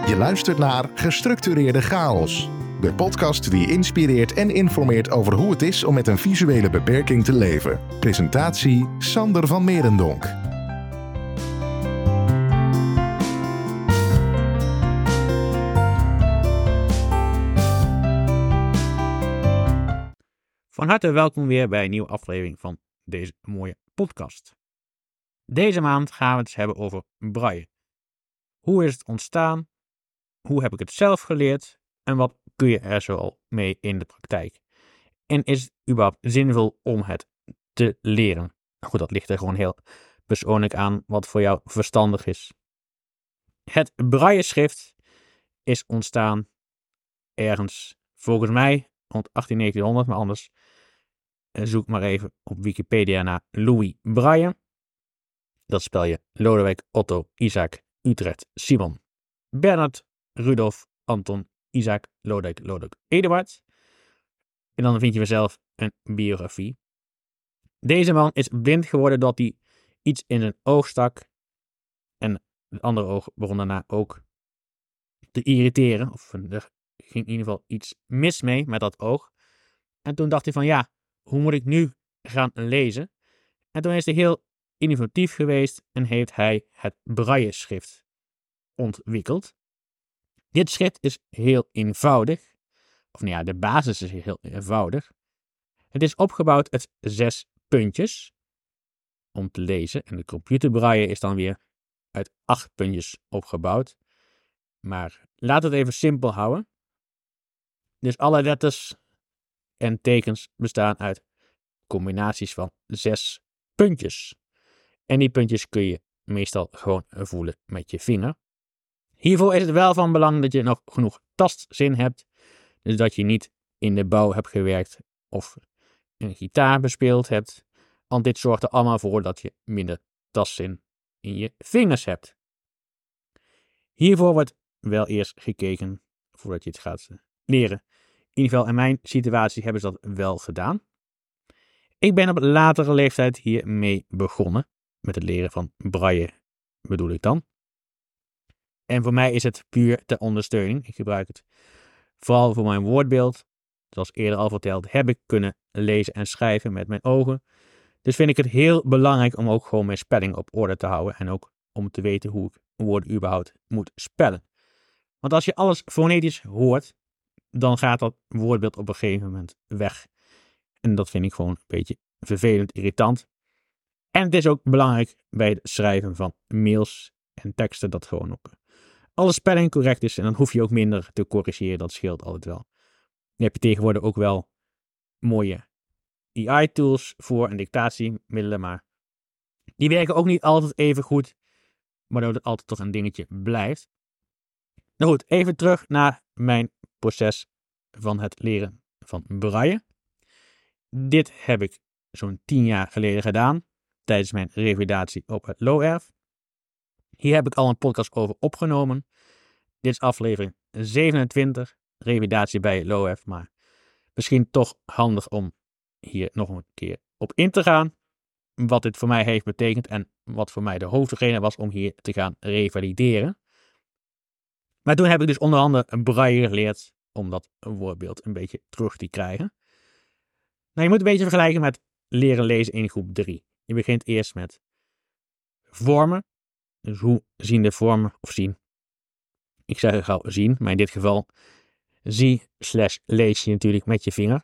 Je luistert naar Gestructureerde Chaos. De podcast die inspireert en informeert over hoe het is om met een visuele beperking te leven. Presentatie Sander van Merendonk. Van harte welkom weer bij een nieuwe aflevering van deze mooie podcast. Deze maand gaan we het eens hebben over braille. Hoe is het ontstaan? Hoe heb ik het zelf geleerd? En wat kun je er zoal mee in de praktijk? En is het überhaupt zinvol om het te leren? Goed, dat ligt er gewoon heel persoonlijk aan wat voor jou verstandig is. Het braille-schrift is ontstaan ergens, volgens mij, rond 1900, maar anders zoek maar even op Wikipedia naar Louis Braille. Dat spel je Lodewijk, Otto, Isaac, Utrecht, Simon, Bernard, Rudolf, Anton, Isaac, Lodewijk, Eduard. En dan vind je vanzelf een biografie. Deze man is blind geworden doordat hij iets in zijn oog stak. En het andere oog begon daarna ook te irriteren. Of er ging in ieder geval iets mis mee met dat oog. En toen dacht hij van ja, hoe moet ik nu gaan lezen? En toen is hij heel innovatief geweest en heeft hij het braille-schrift ontwikkeld. Dit schrift is heel eenvoudig. Of nou ja, de basis is heel eenvoudig. Het is opgebouwd uit 6 puntjes om te lezen. En de computerbraille is dan weer uit 8 puntjes opgebouwd. Maar laat het even simpel houden. Dus alle letters en tekens bestaan uit combinaties van 6 puntjes. En die puntjes kun je meestal gewoon voelen met je vinger. Hiervoor is het wel van belang dat je nog genoeg tastzin hebt. Dus dat je niet in de bouw hebt gewerkt of een gitaar bespeeld hebt. Want dit zorgt er allemaal voor dat je minder tastzin in je vingers hebt. Hiervoor wordt wel eerst gekeken voordat je het gaat leren. In ieder geval in mijn situatie hebben ze dat wel gedaan. Ik ben op een latere leeftijd hiermee begonnen. Met het leren van braille bedoel ik dan. En voor mij is het puur ter ondersteuning. Ik gebruik het vooral voor mijn woordbeeld. Zoals eerder al verteld, heb ik kunnen lezen en schrijven met mijn ogen. Dus vind ik het heel belangrijk om ook gewoon mijn spelling op orde te houden. En ook om te weten hoe ik woorden überhaupt moet spellen. Want als je alles fonetisch hoort, dan gaat dat woordbeeld op een gegeven moment weg. En dat vind ik gewoon een beetje vervelend, irritant. En het is ook belangrijk bij het schrijven van mails en teksten dat gewoon ook alle spelling correct is. En dan hoef je ook minder te corrigeren, dat scheelt altijd wel. Dan heb je tegenwoordig ook wel mooie AI-tools voor en dictatiemiddelen, maar die werken ook niet altijd even goed, waardoor het altijd toch een dingetje blijft. Nou goed, even terug naar mijn proces van het leren van braille. Dit heb ik zo'n 10 jaar geleden gedaan, tijdens mijn revalidatie op het LOERF. Hier heb ik al een podcast over opgenomen. Dit is aflevering 27, revalidatie bij het LOERF, maar misschien toch handig om hier nog een keer op in te gaan. Wat dit voor mij heeft betekend en wat voor mij de hoofdreden was om hier te gaan revalideren. Maar toen heb ik dus onder andere braille geleerd om dat woordbeeld een beetje terug te krijgen. Nou, je moet een beetje vergelijken met leren lezen in groep 3. Je begint eerst met vormen. Dus hoe zien de vormen of zien? Ik zeg gauw zien, maar in dit geval zie/lees je natuurlijk met je vinger.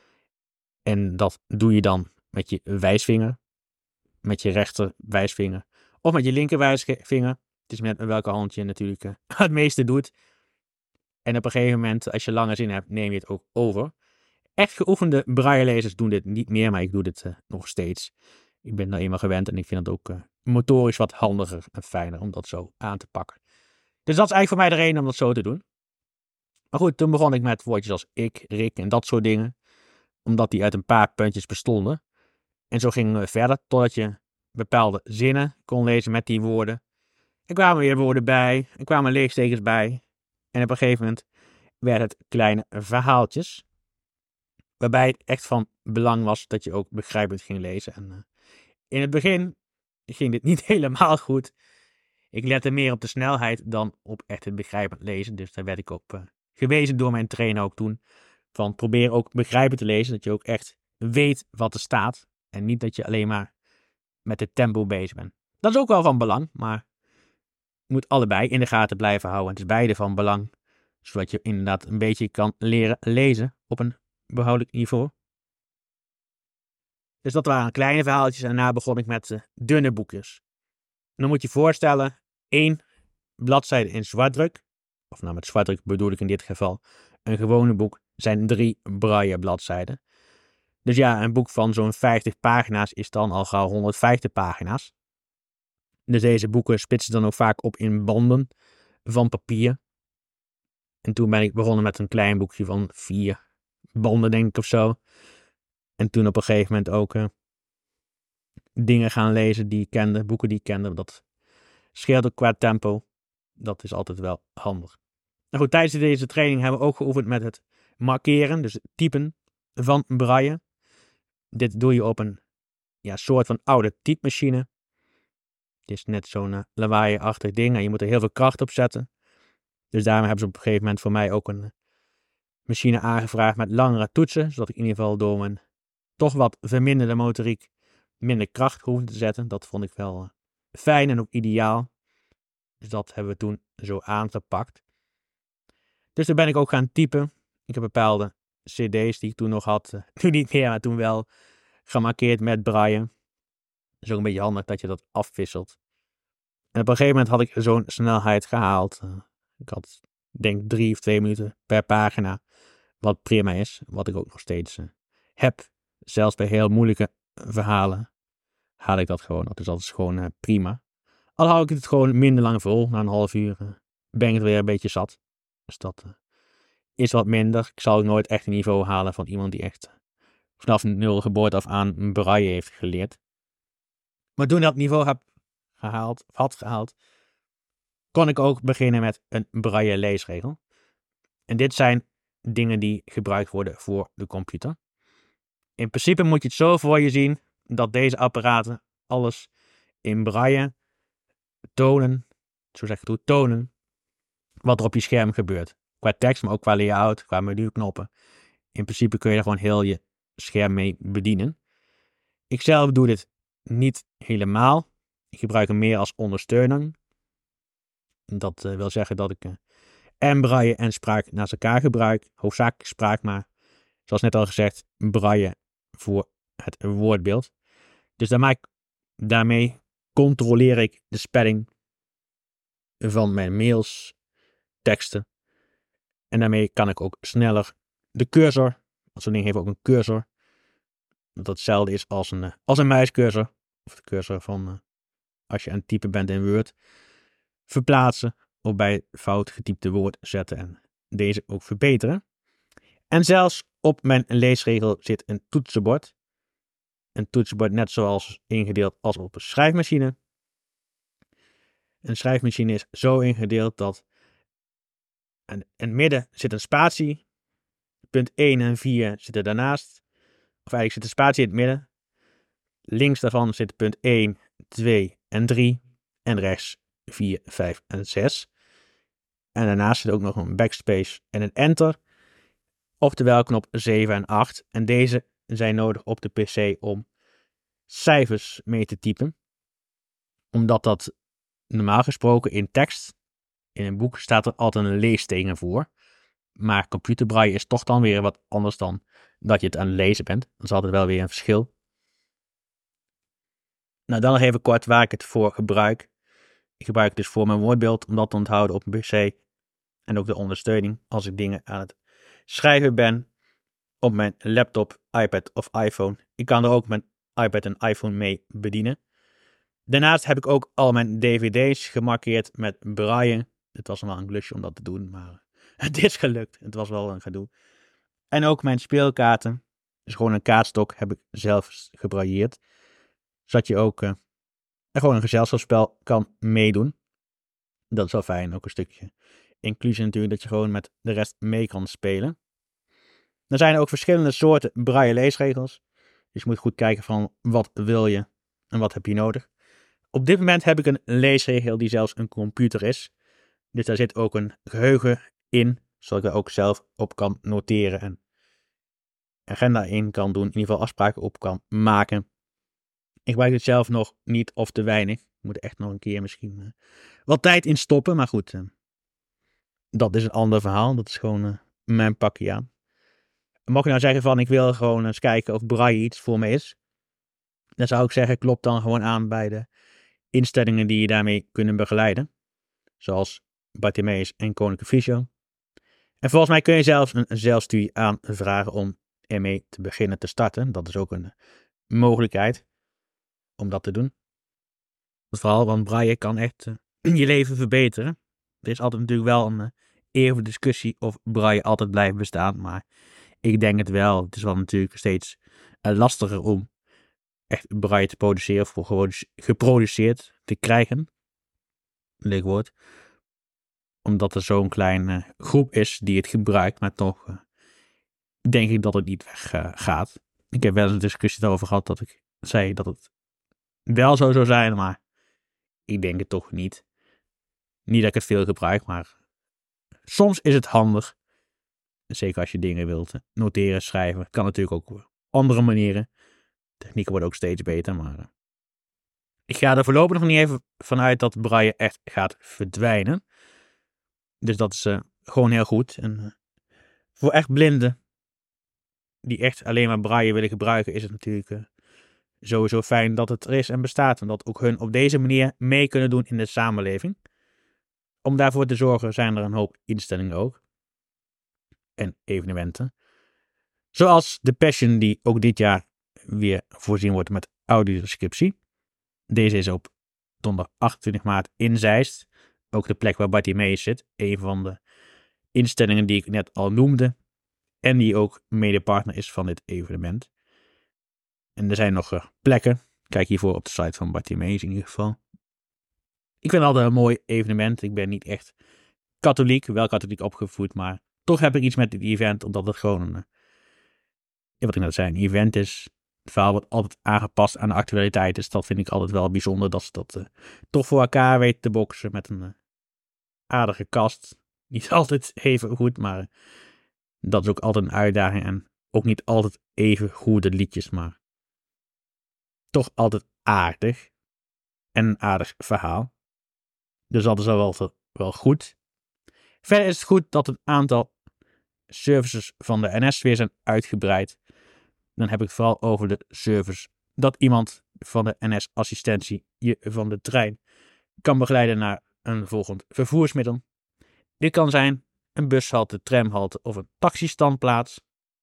En dat doe je dan met je wijsvinger, met je rechter wijsvinger of met je linker wijsvinger. Het is met welke hand je natuurlijk het meeste doet. En op een gegeven moment, als je lange zin hebt, neem je het ook over. Echt geoefende braillelezers doen dit niet meer, maar ik doe dit nog steeds. Ik ben nou eenmaal gewend en ik vind het ook motorisch wat handiger en fijner om dat zo aan te pakken. Dus dat is eigenlijk voor mij de reden om dat zo te doen. Maar goed, toen begon ik met woordjes als ik, Rick en dat soort dingen. Omdat die uit een paar puntjes bestonden. En zo gingen we verder totdat je bepaalde zinnen kon lezen met die woorden. Er kwamen weer woorden bij, er kwamen leestekens bij. En op een gegeven moment werden het kleine verhaaltjes. Waarbij het echt van belang was dat je ook begrijpend ging lezen. En in het begin ging dit niet helemaal goed. Ik lette meer op de snelheid dan op echt het begrijpend lezen. Dus daar werd ik op gewezen door mijn trainer ook toen. Van probeer ook begrijpend te lezen. Dat je ook echt weet wat er staat. En niet dat je alleen maar met het tempo bezig bent. Dat is ook wel van belang. Maar je moet allebei in de gaten blijven houden. Het is beide van belang. Zodat je inderdaad een beetje kan leren lezen op een behoudelijk niveau. Dus dat waren kleine verhaaltjes. En daarna begon ik met dunne boekjes. En dan moet je je voorstellen, 1 bladzijde in zwartdruk. Of nou met zwartdruk bedoel ik in dit geval een gewone boek. Zijn 3 braille bladzijden. Dus ja, een boek van zo'n 50 pagina's is dan al gauw 150 pagina's. Dus deze boeken spitsen dan ook vaak op in banden van papier. En toen ben ik begonnen met een klein boekje van 4 banden denk ik of zo. En toen op een gegeven moment ook dingen gaan lezen die ik kende, boeken die ik kende. Dat scheelt ook qua tempo. Dat is altijd wel handig. Nou goed, tijdens deze training hebben we ook geoefend met het markeren, dus het typen van braille. Dit doe je op een soort van oude typemachine. Het is net zo'n lawaaiachtig ding en je moet er heel veel kracht op zetten. Dus daarom hebben ze op een gegeven moment voor mij ook een machine aangevraagd met langere toetsen, zodat ik in ieder geval door mijn toch wat verminderde motoriek minder kracht hoefde te zetten. Dat vond ik wel fijn en ook ideaal. Dus dat hebben we toen zo aangepakt. Dus toen ben ik ook gaan typen. Ik heb bepaalde cd's die ik toen nog had, nu niet meer, maar toen wel gemarkeerd met braille. Het is ook een beetje handig dat je dat afwisselt. En op een gegeven moment had ik zo'n snelheid gehaald. Ik had denk 3 of 2 minuten per pagina. Wat prima is. Wat ik ook nog steeds heb. Zelfs bij heel moeilijke verhalen haal ik dat gewoon. Dus dat is gewoon prima. Al hou ik het gewoon minder lang vol. Na een half uur ben ik het weer een beetje zat. Dus dat is wat minder. Ik zal ook nooit echt een niveau halen van iemand die echt vanaf 0 geboorte af aan braille heeft geleerd. Maar toen ik dat niveau had gehaald, kon ik ook beginnen met een braille leesregel. En dit zijn dingen die gebruikt worden voor de computer. In principe moet je het zo voor je zien dat deze apparaten alles in braille tonen, zo zeg ik het goed, tonen wat er op je scherm gebeurt. Qua tekst, maar ook qua layout, qua menuknoppen. In principe kun je er gewoon heel je scherm mee bedienen. Ik zelf doe dit niet helemaal. Ik gebruik hem meer als ondersteuning. Dat wil zeggen dat ik en braille en spraak naast elkaar gebruik. Hoofdzakelijk spraak, maar zoals net al gezegd, braille voor het woordbeeld. Dus daarmee controleer ik de spelling van mijn mails, teksten. En daarmee kan ik ook sneller de cursor, want zo'n ding heeft ook een cursor, dat hetzelfde is als een muiscursor, of de cursor van als je aan het typen bent in Word, verplaatsen of bij fout getypte woord zetten en deze ook verbeteren. En zelfs op mijn leesregel zit een toetsenbord. Een toetsenbord net zoals ingedeeld als op een schrijfmachine. Een schrijfmachine is zo ingedeeld dat in het midden zit een spatie. Punt 1 en 4 zitten daarnaast. Of eigenlijk zit de spatie in het midden. Links daarvan zit punt 1, 2 en 3. En rechts 4, 5 en 6. En daarnaast zit ook nog een backspace en een enter. Oftewel knop 7 en 8. En deze zijn nodig op de PC om cijfers mee te typen. Omdat dat normaal gesproken in tekst, in een boek, staat er altijd een leesteken voor. Maar computerbraille is toch dan weer wat anders dan dat je het aan het lezen bent. Dat is altijd wel weer een verschil. Nou, dan nog even kort waar ik het voor gebruik. Ik gebruik het dus voor mijn woordbeeld om dat te onthouden op een PC. En ook de ondersteuning als ik dingen aan het schrijven ben op mijn laptop, iPad of iPhone. Ik kan er ook mijn iPad en iPhone mee bedienen. Daarnaast heb ik ook al mijn dvd's gemarkeerd met braille. Het was wel een klusje om dat te doen, maar het is gelukt. Het was wel een gedoe. En ook mijn speelkaarten. Dus gewoon een kaartstok heb ik zelf gebrailleerd. Zodat je ook gewoon een gezelschapsspel kan meedoen. Dat is wel fijn. Ook een stukje inclusie natuurlijk, dat je gewoon met de rest mee kan spelen. Er zijn ook verschillende soorten braille leesregels. Dus je moet goed kijken van wat wil je en wat heb je nodig. Op dit moment heb ik een leesregel die zelfs een computer is. Dus daar zit ook een geheugen in, zodat ik daar ook zelf op kan noteren en agenda in kan doen. In ieder geval afspraken op kan maken. Ik gebruik het zelf nog niet of te weinig. Ik moet er echt nog een keer misschien wat tijd in stoppen. Maar goed, dat is een ander verhaal. Dat is gewoon mijn pakje aan. Mocht je nou zeggen van ik wil gewoon eens kijken of braille iets voor me is. Dan zou ik zeggen klop dan gewoon aan bij de instellingen die je daarmee kunnen begeleiden. Zoals Bartimeus en Koninklijke Fysio. En volgens mij kun je zelfs een zelfstudie aanvragen om ermee te beginnen te starten. Dat is ook een mogelijkheid om dat te doen. Vooral, want braille kan echt je leven verbeteren. Er is altijd natuurlijk wel een eeuwige discussie of braille altijd blijft bestaan. Maar ik denk het wel. Het is wel natuurlijk steeds lastiger om echt braille te produceren of gewoon geproduceerd te krijgen. Leuk woord. Omdat er zo'n kleine groep is die het gebruikt, maar toch denk ik dat het niet weggaat. Ik heb wel een discussie erover gehad dat ik zei dat het wel zo zou zijn, maar ik denk het toch niet. Niet dat ik het veel gebruik, maar soms is het handig. Zeker als je dingen wilt noteren, schrijven. Kan natuurlijk ook op andere manieren. Technieken worden ook steeds beter, maar ik ga er voorlopig nog niet even vanuit dat braille echt gaat verdwijnen. Dus dat is gewoon heel goed. En voor echt blinden die echt alleen maar braille willen gebruiken, is het natuurlijk sowieso fijn dat het er is en bestaat. En dat ook hun op deze manier mee kunnen doen in de samenleving. Om daarvoor te zorgen zijn er een hoop instellingen ook. En evenementen. Zoals de Passion die ook dit jaar weer voorzien wordt met audiodescriptie. Deze is op donderdag 28 maart in Zeist. Ook de plek waar Bartimeus zit. Een van de instellingen die ik net al noemde. En die ook medepartner is van dit evenement. En er zijn nog plekken. Kijk hiervoor op de site van Bartimeus in ieder geval. Ik vind het altijd een mooi evenement. Ik ben niet echt katholiek. Wel katholiek opgevoed. Maar toch heb ik iets met dit event. Omdat het gewoon wat ik net zei, een event is. Het verhaal wordt altijd aangepast aan de actualiteit. Dus dat vind ik altijd wel bijzonder. Dat ze dat toch voor elkaar weten te boksen. Met een aardige kast. Niet altijd even goed. Maar dat is ook altijd een uitdaging. En ook niet altijd even goede liedjes. Maar toch altijd aardig. En een aardig verhaal. Dus dat is wel goed. Verder is het goed dat een aantal services van de NS weer zijn uitgebreid. Dan heb ik het vooral over de service dat iemand van de NS-assistentie je van de trein kan begeleiden naar een volgend vervoersmiddel. Dit kan zijn een bushalte, tramhalte of een taxistandplaats.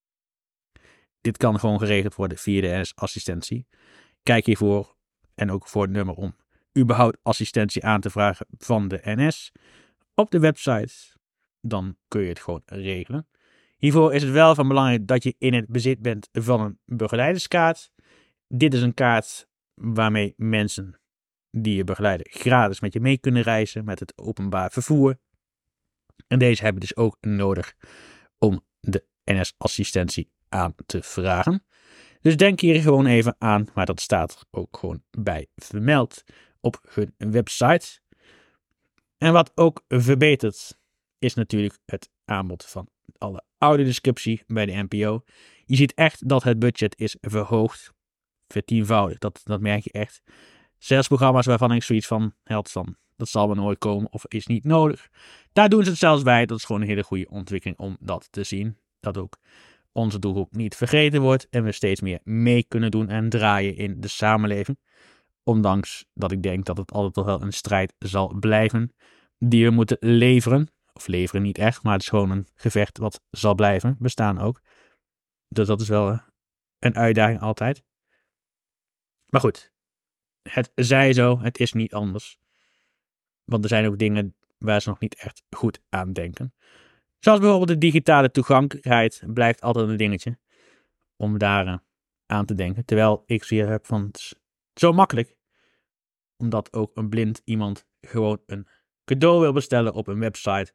Dit kan gewoon geregeld worden via de NS-assistentie. Kijk hiervoor en ook voor het nummer om überhaupt assistentie aan te vragen van de NS op de website. Dan kun je het gewoon regelen. Hiervoor is het wel van belang dat je in het bezit bent van een begeleiderskaart. Dit is een kaart waarmee mensen die je begeleiden gratis met je mee kunnen reizen met het openbaar vervoer. En deze hebben dus ook nodig om de NS-assistentie aan te vragen. Dus denk hier gewoon even aan, maar dat staat er ook gewoon bij vermeld op hun website. En wat ook verbetert is natuurlijk het aanbod van alle audiodescriptie bij de NPO. Je ziet echt dat het budget is verhoogd, vertienvoudigd. Dat merk je echt. Zelfs programma's waarvan ik zoiets van dat zal wel nooit komen of is niet nodig. Daar doen ze het zelfs bij. Dat is gewoon een hele goede ontwikkeling om dat te zien. Dat ook onze doelgroep niet vergeten wordt en we steeds meer mee kunnen doen en draaien in de samenleving. Ondanks dat ik denk dat het altijd toch wel een strijd zal blijven die we moeten leveren. Of leveren niet echt, maar het is gewoon een gevecht wat zal blijven bestaan ook. Dus dat is wel een uitdaging altijd. Maar goed, het zij zo, het is niet anders. Want er zijn ook dingen waar ze nog niet echt goed aan denken. Zoals bijvoorbeeld de digitale toegankelijkheid blijft altijd een dingetje om daar aan te denken. Terwijl ik zoiets heb van, het is zo makkelijk. Omdat ook een blind iemand gewoon een cadeau wil bestellen op een website.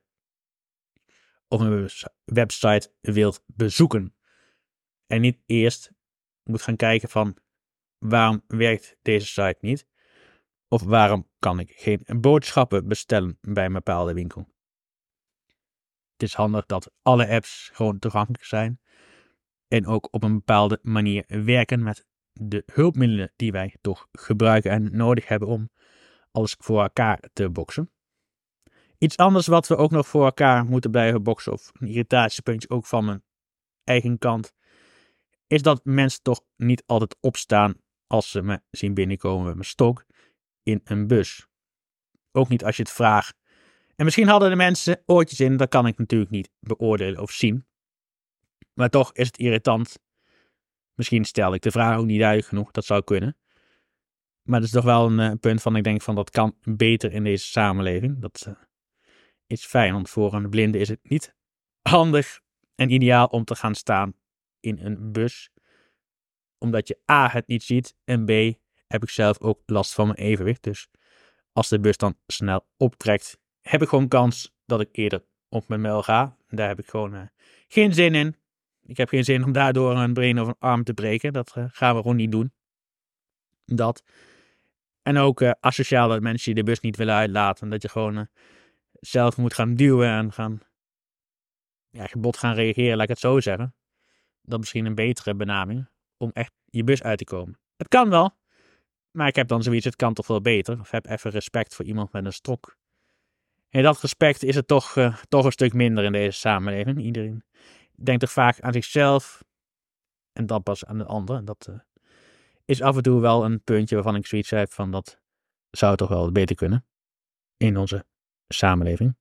Of een website wilt bezoeken. En niet eerst moet gaan kijken van, waarom werkt deze site niet? Of waarom kan ik geen boodschappen bestellen bij een bepaalde winkel? Het is handig dat alle apps gewoon toegankelijk zijn. En ook op een bepaalde manier werken met de hulpmiddelen die wij toch gebruiken en nodig hebben om alles voor elkaar te boksen. Iets anders wat we ook nog voor elkaar moeten blijven boksen, of een irritatiepuntje ook van mijn eigen kant, is dat mensen toch niet altijd opstaan als ze me zien binnenkomen met mijn stok in een bus. Ook niet als je het vraagt. En misschien hadden de mensen oortjes in, dat kan ik natuurlijk niet beoordelen of zien. Maar toch is het irritant. Misschien stel ik de vraag ook niet duidelijk genoeg, dat zou kunnen. Maar dat is toch wel een punt van, ik denk van, dat kan beter in deze samenleving. Dat is fijn, want voor een blinde is het niet handig en ideaal om te gaan staan in een bus. Omdat je A, het niet ziet, en B, heb ik zelf ook last van mijn evenwicht. Dus als de bus dan snel optrekt, heb ik gewoon kans dat ik eerder op mijn mel ga. Daar heb ik gewoon geen zin in. Ik heb geen zin om daardoor een been of een arm te breken. Dat gaan we gewoon niet doen. Dat. En ook asociale mensen die de bus niet willen uitlaten. Dat je gewoon zelf moet gaan duwen en gebod gaan reageren, laat ik het zo zeggen. Dat is misschien een betere benaming om echt je bus uit te komen. Het kan wel, maar ik heb dan zoiets, het kan toch veel beter. Of heb even respect voor iemand met een stok. En dat respect is het toch een stuk minder in deze samenleving. Iedereen denkt toch vaak aan zichzelf en dan pas aan de ander. En dat is af en toe wel een puntje waarvan ik zoiets heb van, dat zou toch wel beter kunnen in onze samenleving.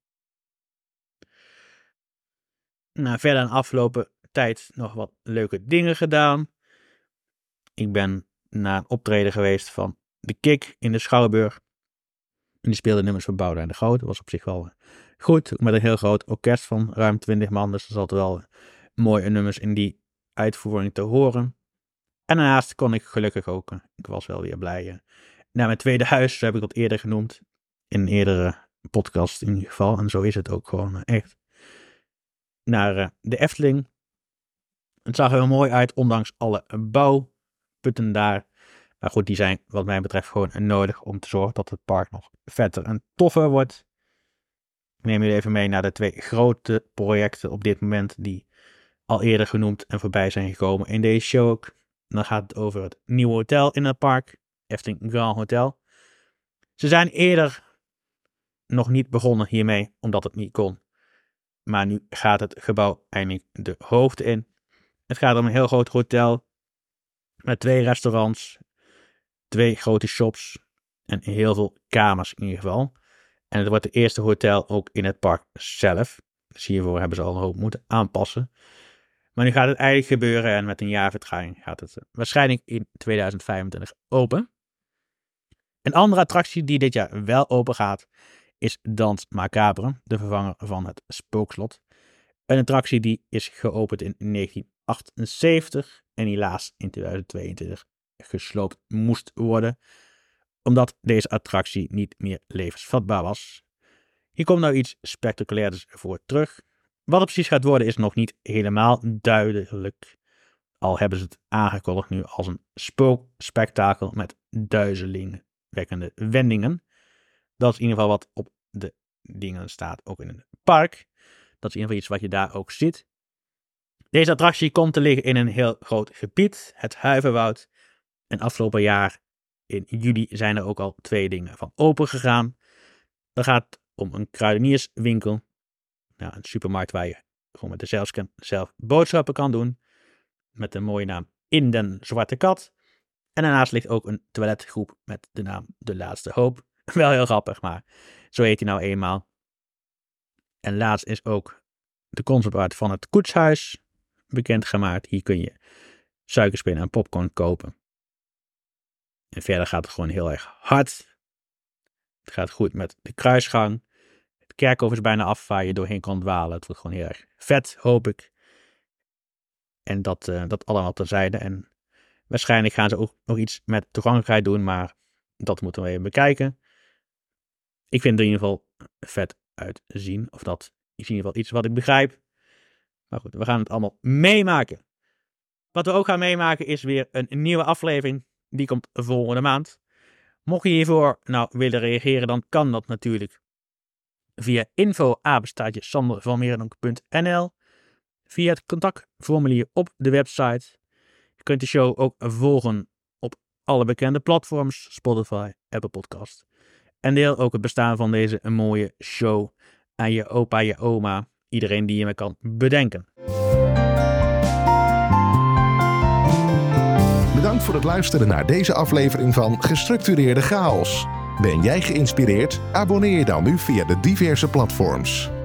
Nou, verder aan de afgelopen tijd nog wat leuke dingen gedaan. Ik ben naar een optreden geweest van de Kik in de Schouwburg. En die speelde nummers van Boudewijn de Groot. Dat was op zich wel goed. Met een heel groot orkest van ruim 20 man. Dus er zat wel mooie nummers in die uitvoering te horen. En daarnaast kon ik gelukkig ook, ik was wel weer blij, naar mijn tweede huis. Zo heb ik dat eerder genoemd. In een eerdere podcast in ieder geval. En zo is het ook gewoon echt. Naar de Efteling. Het zag er heel mooi uit, ondanks alle bouwputten daar. Maar goed, die zijn wat mij betreft gewoon nodig om te zorgen dat het park nog vetter en toffer wordt. Ik neem jullie even mee naar de 2 grote projecten op dit moment die al eerder genoemd en voorbij zijn gekomen in deze show ook. Dan gaat het over het nieuwe hotel in het park, Efteling Grand Hotel. Ze zijn eerder nog niet begonnen hiermee, omdat het niet kon. Maar nu gaat het gebouw eindelijk de hoogte in. Het gaat om een heel groot hotel met 2 restaurants, 2 grote shops en heel veel kamers in ieder geval. En het wordt het eerste hotel ook in het park zelf. Dus hiervoor hebben ze al een hoop moeten aanpassen. Maar nu gaat het eigenlijk gebeuren en met een jaar vertraging gaat het waarschijnlijk in 2025 open. Een andere attractie die dit jaar wel open gaat is Dans Macabre, de vervanger van het Spookslot. Een attractie die is geopend in 1978 en helaas in 2022 gesloopt moest worden, omdat deze attractie niet meer levensvatbaar was. Hier komt nou iets spectaculairs voor terug. Wat het precies gaat worden is nog niet helemaal duidelijk, al hebben ze het aangekondigd nu als een spookspektakel met duizelingwekkende wendingen. Dat is in ieder geval wat op de dingen staat, ook in het park. Dat is in ieder geval iets wat je daar ook ziet. Deze attractie komt te liggen in een heel groot gebied, het Huiverwoud. En afgelopen jaar, in juli, zijn er ook al 2 dingen van open gegaan. Dat gaat om een kruidenierswinkel. Nou, een supermarkt waar je gewoon met de zelfscan zelf boodschappen kan doen. Met de mooie naam In den Zwarte Kat. En daarnaast ligt ook een toiletgroep met de naam De Laatste Hoop. Wel heel grappig, maar zo heet hij nou eenmaal. En laatst is ook de conceptart van het Koetshuis bekendgemaakt. Hier kun je suikerspinnen en popcorn kopen. En verder gaat het gewoon heel erg hard. Het gaat goed met de kruisgang. Het kerkhof is bijna af waar je doorheen kan dwalen. Het wordt gewoon heel erg vet, hoop ik. En dat allemaal terzijde. En waarschijnlijk gaan ze ook nog iets met toegankelijkheid doen, maar dat moeten we even bekijken. Ik vind er in ieder geval vet uitzien. Of dat is in ieder geval iets wat ik begrijp. Maar goed, we gaan het allemaal meemaken. Wat we ook gaan meemaken is weer een nieuwe aflevering. Die komt volgende maand. Mocht je hiervoor willen reageren, dan kan dat natuurlijk via info@sandervanmeerendonk.nl, via het contactformulier op de website. Je kunt de show ook volgen op alle bekende platforms, Spotify, Apple Podcast. En deel ook het bestaan van deze mooie show aan je opa, je oma, iedereen die je me kan bedenken. Bedankt voor het luisteren naar deze aflevering van Gestructureerde Chaos. Ben jij geïnspireerd? Abonneer je dan nu via de diverse platforms.